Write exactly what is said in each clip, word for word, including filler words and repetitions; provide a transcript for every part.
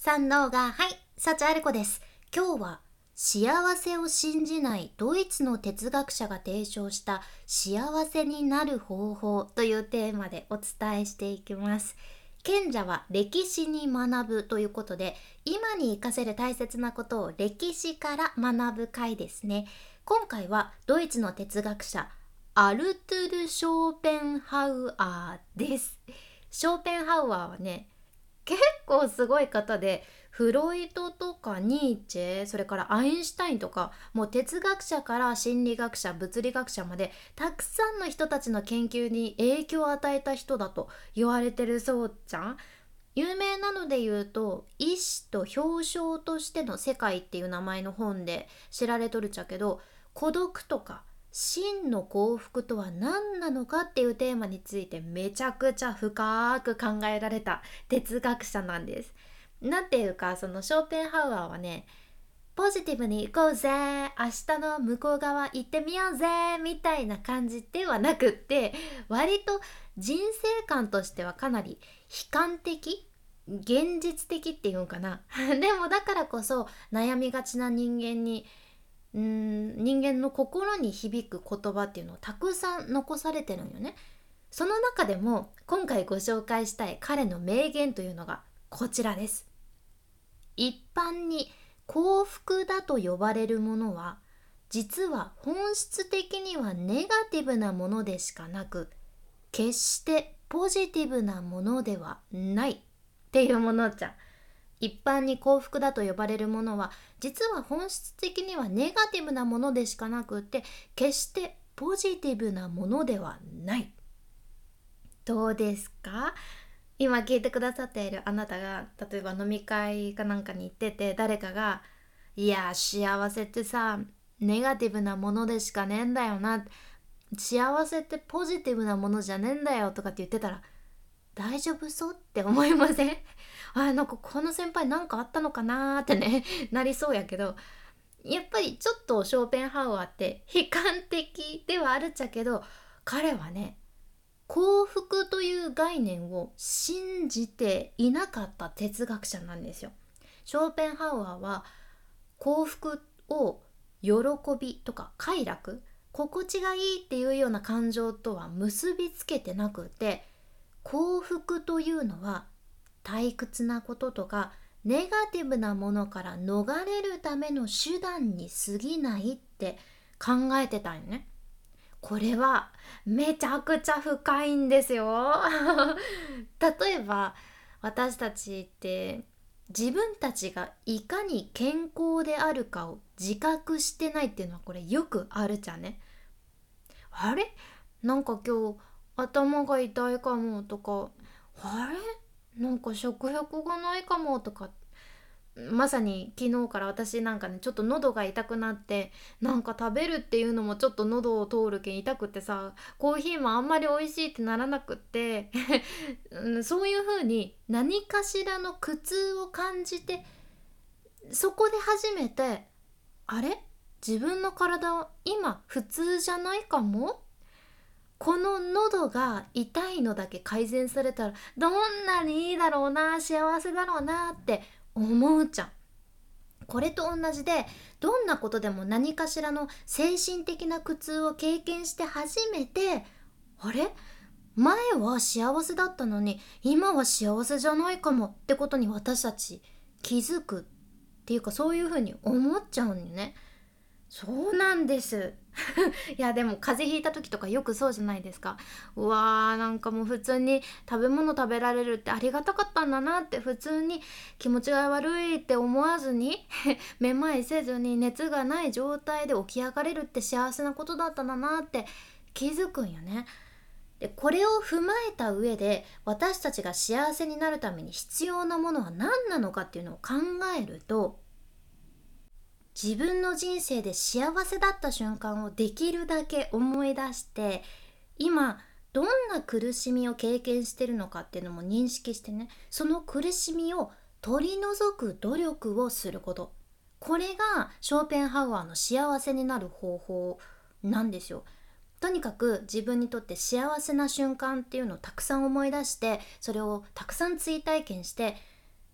三能がはい、幸あれ子です。今日は幸せを信じないドイツの哲学者が提唱した幸せになる方法というテーマでお伝えしていきます。賢者は歴史に学ぶということで、今に生かせる大切なことを歴史から学ぶ回ですね。今回はドイツの哲学者アルトゥル・ショーペンハウアーです。ショーペンハウアーはね、結構すごい方で、フロイトとかニーチェ、それからアインシュタインとか、もう哲学者から心理学者、物理学者までたくさんの人たちの研究に影響を与えた人だと言われてるそうじゃん。有名なので言うと意志と表彰としての世界っていう名前の本で知られとるっちゃけど、孤独とか真の幸福とは何なのかっていうテーマについてめちゃくちゃ深く考えられた哲学者なんです。なんていうか、そのショーペンハウアーはね、ポジティブに行こうぜ、明日の向こう側行ってみようぜみたいな感じではなくって、割と人生観としてはかなり悲観的、現実的っていうんかなでもだからこそ悩みがちな人間にうーん人間の心に響く言葉っていうのをたくさん残されてるんよね。その中でも今回ご紹介したい彼の名言というのがこちらです。一般に幸福だと呼ばれるものは、実は本質的にはネガティブなものでしかなく、決してポジティブなものではないっていうものじゃん。一般に幸福だと呼ばれるものは、実は本質的にはネガティブなものでしかなくって、決してポジティブなものではない。どうですか？今聞いてくださっているあなたが、例えば飲み会かなんかに行ってて、誰かがいや幸せってさ、ネガティブなものでしかねえんだよな、幸せってポジティブなものじゃねえんだよとかって言ってたら、大丈夫そうって思いません？あ、なんかこの先輩なんかあったのかなーってねなりそうやけど、やっぱりちょっとショーペンハウアーって悲観的ではあるっちゃけど、彼はね、幸福という概念を信じていなかった哲学者なんですよ。ショーペンハウアーは幸福を喜びとか快楽、心地がいいっていうような感情とは結びつけてなくて、幸福というのは退屈なこととかネガティブなものから逃れるための手段に過ぎないって考えてたんよね。これはめちゃくちゃ深いんですよ例えば私たちって自分たちがいかに健康であるかを自覚してないっていうのはこれよくあるじゃんね。あれ、なんか今日頭が痛いかもとか、あれ、なんか食欲がないかもとか、まさに昨日から私なんかね、ちょっと喉が痛くなって、なんか食べるっていうのもちょっと喉を通るけん痛くってさ、コーヒーもあんまり美味しいってならなくってうん、そういう風に何かしらの苦痛を感じて、そこで初めて、あれ、自分の体今普通じゃないかも、この喉が痛いのだけ改善されたらどんなにいいだろうな、幸せだろうなって思うじゃん。これと同じで、どんなことでも何かしらの精神的な苦痛を経験して初めて、あれ、前は幸せだったのに今は幸せじゃないかもってことに私たち気づくっていうか、そういうふうに思っちゃうんよね。そうなんですいやでも風邪ひいた時とかよくそうじゃないですか。うわー、なんかもう普通に食べ物食べられるってありがたかったんだなって、普通に気持ちが悪いって思わずにめまいせずに熱がない状態で起き上がれるって幸せなことだったんだなって気づくんよね。でこれを踏まえた上で、私たちが幸せになるために必要なものは何なのかっていうのを考えると、自分の人生で幸せだった瞬間をできるだけ思い出して、今どんな苦しみを経験してるのかっていうのも認識してね、その苦しみを取り除く努力をすること、これがショーペンハウアーの幸せになる方法なんですよ。とにかく自分にとって幸せな瞬間っていうのをたくさん思い出して、それをたくさん追体験して、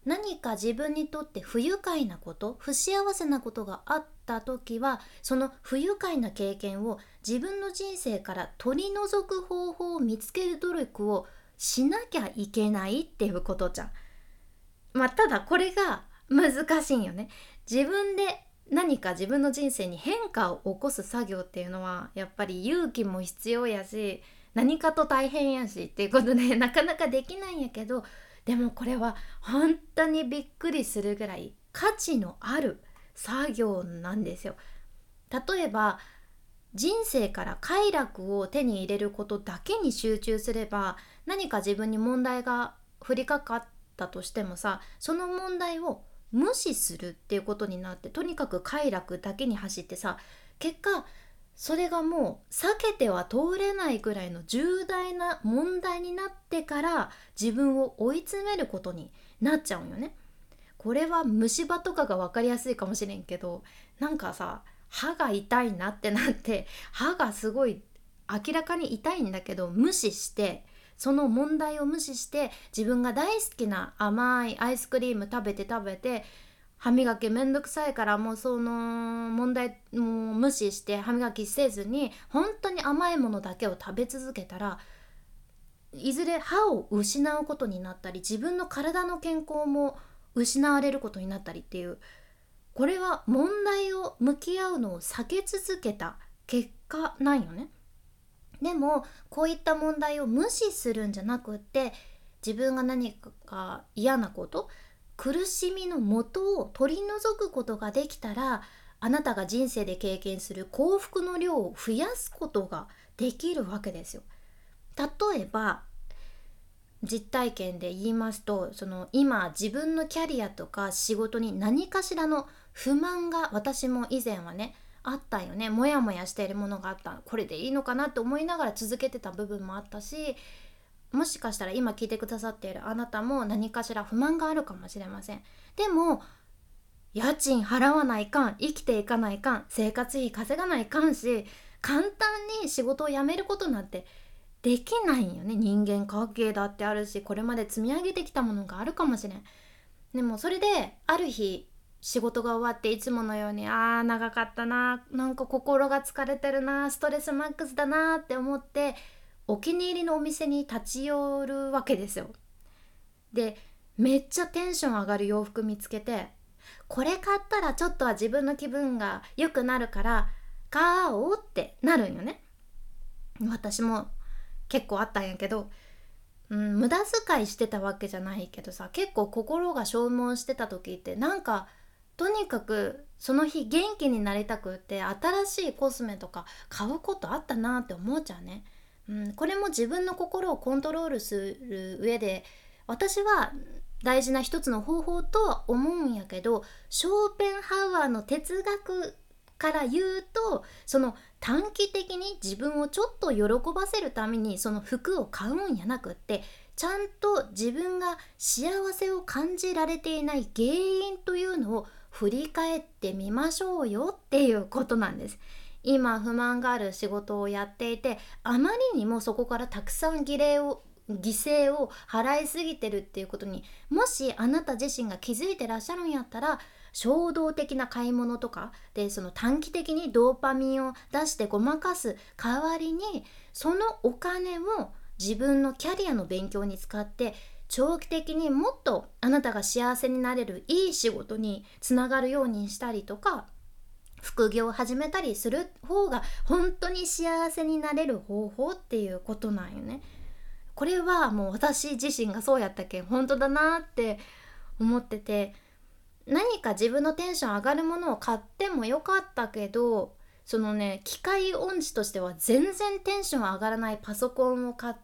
何か自分にとって不愉快なこと、不幸せなことがあった時は、その不愉快な経験を自分の人生から取り除く方法を見つける努力をしなきゃいけないっていうことじゃん。まあただこれが難しいんよね。自分で何か自分の人生に変化を起こす作業っていうのはやっぱり勇気も必要やし、何かと大変やしっていうことでなかなかできないんやけど、でもこれは本当にびっくりするぐらい価値のある作業なんですよ。例えば人生から快楽を手に入れることだけに集中すれば、何か自分に問題が降りかかったとしてもさ、その問題を無視するっていうことになって、とにかく快楽だけに走ってさ、結果それがもう避けては通れないくらいの重大な問題になってから自分を追い詰めることになっちゃうんよね。これは虫歯とかが分かりやすいかもしれんけど、なんかさ、歯が痛いなってなって、歯がすごい明らかに痛いんだけど無視して、その問題を無視して自分が大好きな甘いアイスクリーム食べて食べて、歯磨きめんどくさいからもうその問題もう無視して歯磨きせずに本当に甘いものだけを食べ続けたら、いずれ歯を失うことになったり、自分の体の健康も失われることになったりっていう、これは問題を向き合うのを避け続けた結果なんよね。でもこういった問題を無視するんじゃなくって、自分が何か嫌なこと、苦しみの元を取り除くことができたら、あなたが人生で経験する幸福の量を増やすことができるわけですよ。例えば実体験で言いますと、その今自分のキャリアとか仕事に何かしらの不満が、私も以前はねあったよね。モヤモヤしているものがあった。これでいいのかなって思いながら続けてた部分もあったし、もしかしたら今聞いてくださっているあなたも何かしら不満があるかもしれません。でも家賃払わないかん、生きていかないかん、生活費稼がないかんし、簡単に仕事を辞めることなんてできないんよね。人間関係だってあるし、これまで積み上げてきたものがあるかもしれん。でもそれである日仕事が終わって、いつものようにあー長かったな、なんか心が疲れてるな、ストレスマックスだなって思ってお気に入りのお店に立ち寄るわけですよ。でめっちゃテンション上がる洋服見つけて、これ買ったらちょっとは自分の気分が良くなるから買おうってなるんよね。私も結構あったんやけど、うん、無駄遣いしてたわけじゃないけどさ、結構心が消耗してた時って、なんかとにかくその日元気になりたくって、新しいコスメとか買うことあったなって思っちゃうね。うん、これも自分の心をコントロールする上で私は大事な一つの方法とは思うんやけど、ショーペンハウアーの哲学から言うと、その短期的に自分をちょっと喜ばせるためにその服を買うんやなくって、ちゃんと自分が幸せを感じられていない原因というのを振り返ってみましょうよっていうことなんです。今不満がある仕事をやっていて、あまりにもそこからたくさん儀礼を犠牲を払いすぎてるっていうことに、もしあなた自身が気づいてらっしゃるんやったら、衝動的な買い物とかでその短期的にドーパミンを出してごまかす代わりに、そのお金を自分のキャリアの勉強に使って、長期的にもっとあなたが幸せになれるいい仕事につながるようにしたりとか、副業を始めたりする方が本当に幸せになれる方法っていうことなんよね。これはもう私自身がそうやったけん本当だなって思ってて、何か自分のテンション上がるものを買ってもよかったけど、そのね機械音痴としては全然テンション上がらないパソコンを買って、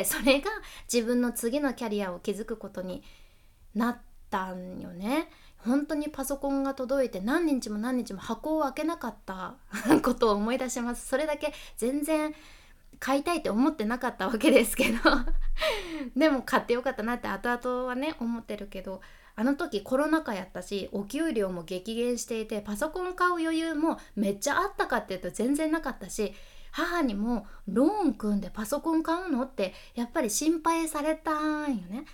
それが自分の次のキャリアを築くことになったんよね。本当にパソコンが届いて何日も何日も箱を開けなかったことを思い出します。それだけ全然買いたいって思ってなかったわけですけどでも買ってよかったなって後々はね思ってるけど、あの時コロナ禍やったし、お給料も激減していて、パソコン買う余裕もめっちゃあったかっていうと全然なかったし、母にもローン組んでパソコン買うのってやっぱり心配されたんよね。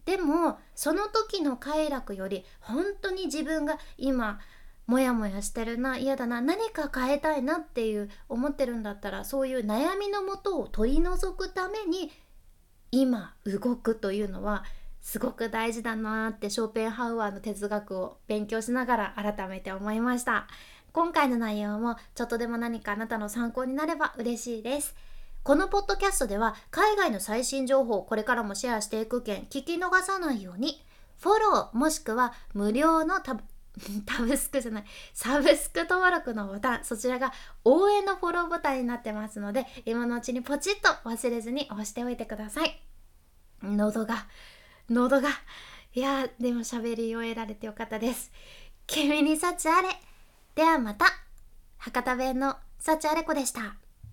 でもその時の快楽より本当に自分が今モヤモヤしてるな、嫌だな、何か変えたいなっていう思ってるんだったら、そういう悩みのもとを取り除くために今動くというのはすごく大事だなってショーペンハウアーの哲学を勉強しながら改めて思いました。今回の内容もちょっとでも何かあなたの参考になれば嬉しいです。このポッドキャストでは海外の最新情報をこれからもシェアしていく件、聞き逃さないようにフォローもしくは無料のタブタブスクじゃないサブスク登録のボタン、そちらが応援のフォローボタンになってますので、今のうちにポチッと忘れずに押しておいてください。喉が喉がいやでも喋り終えられてよかったです。君に幸あれ。ではまた。博多弁の幸あれ子でした。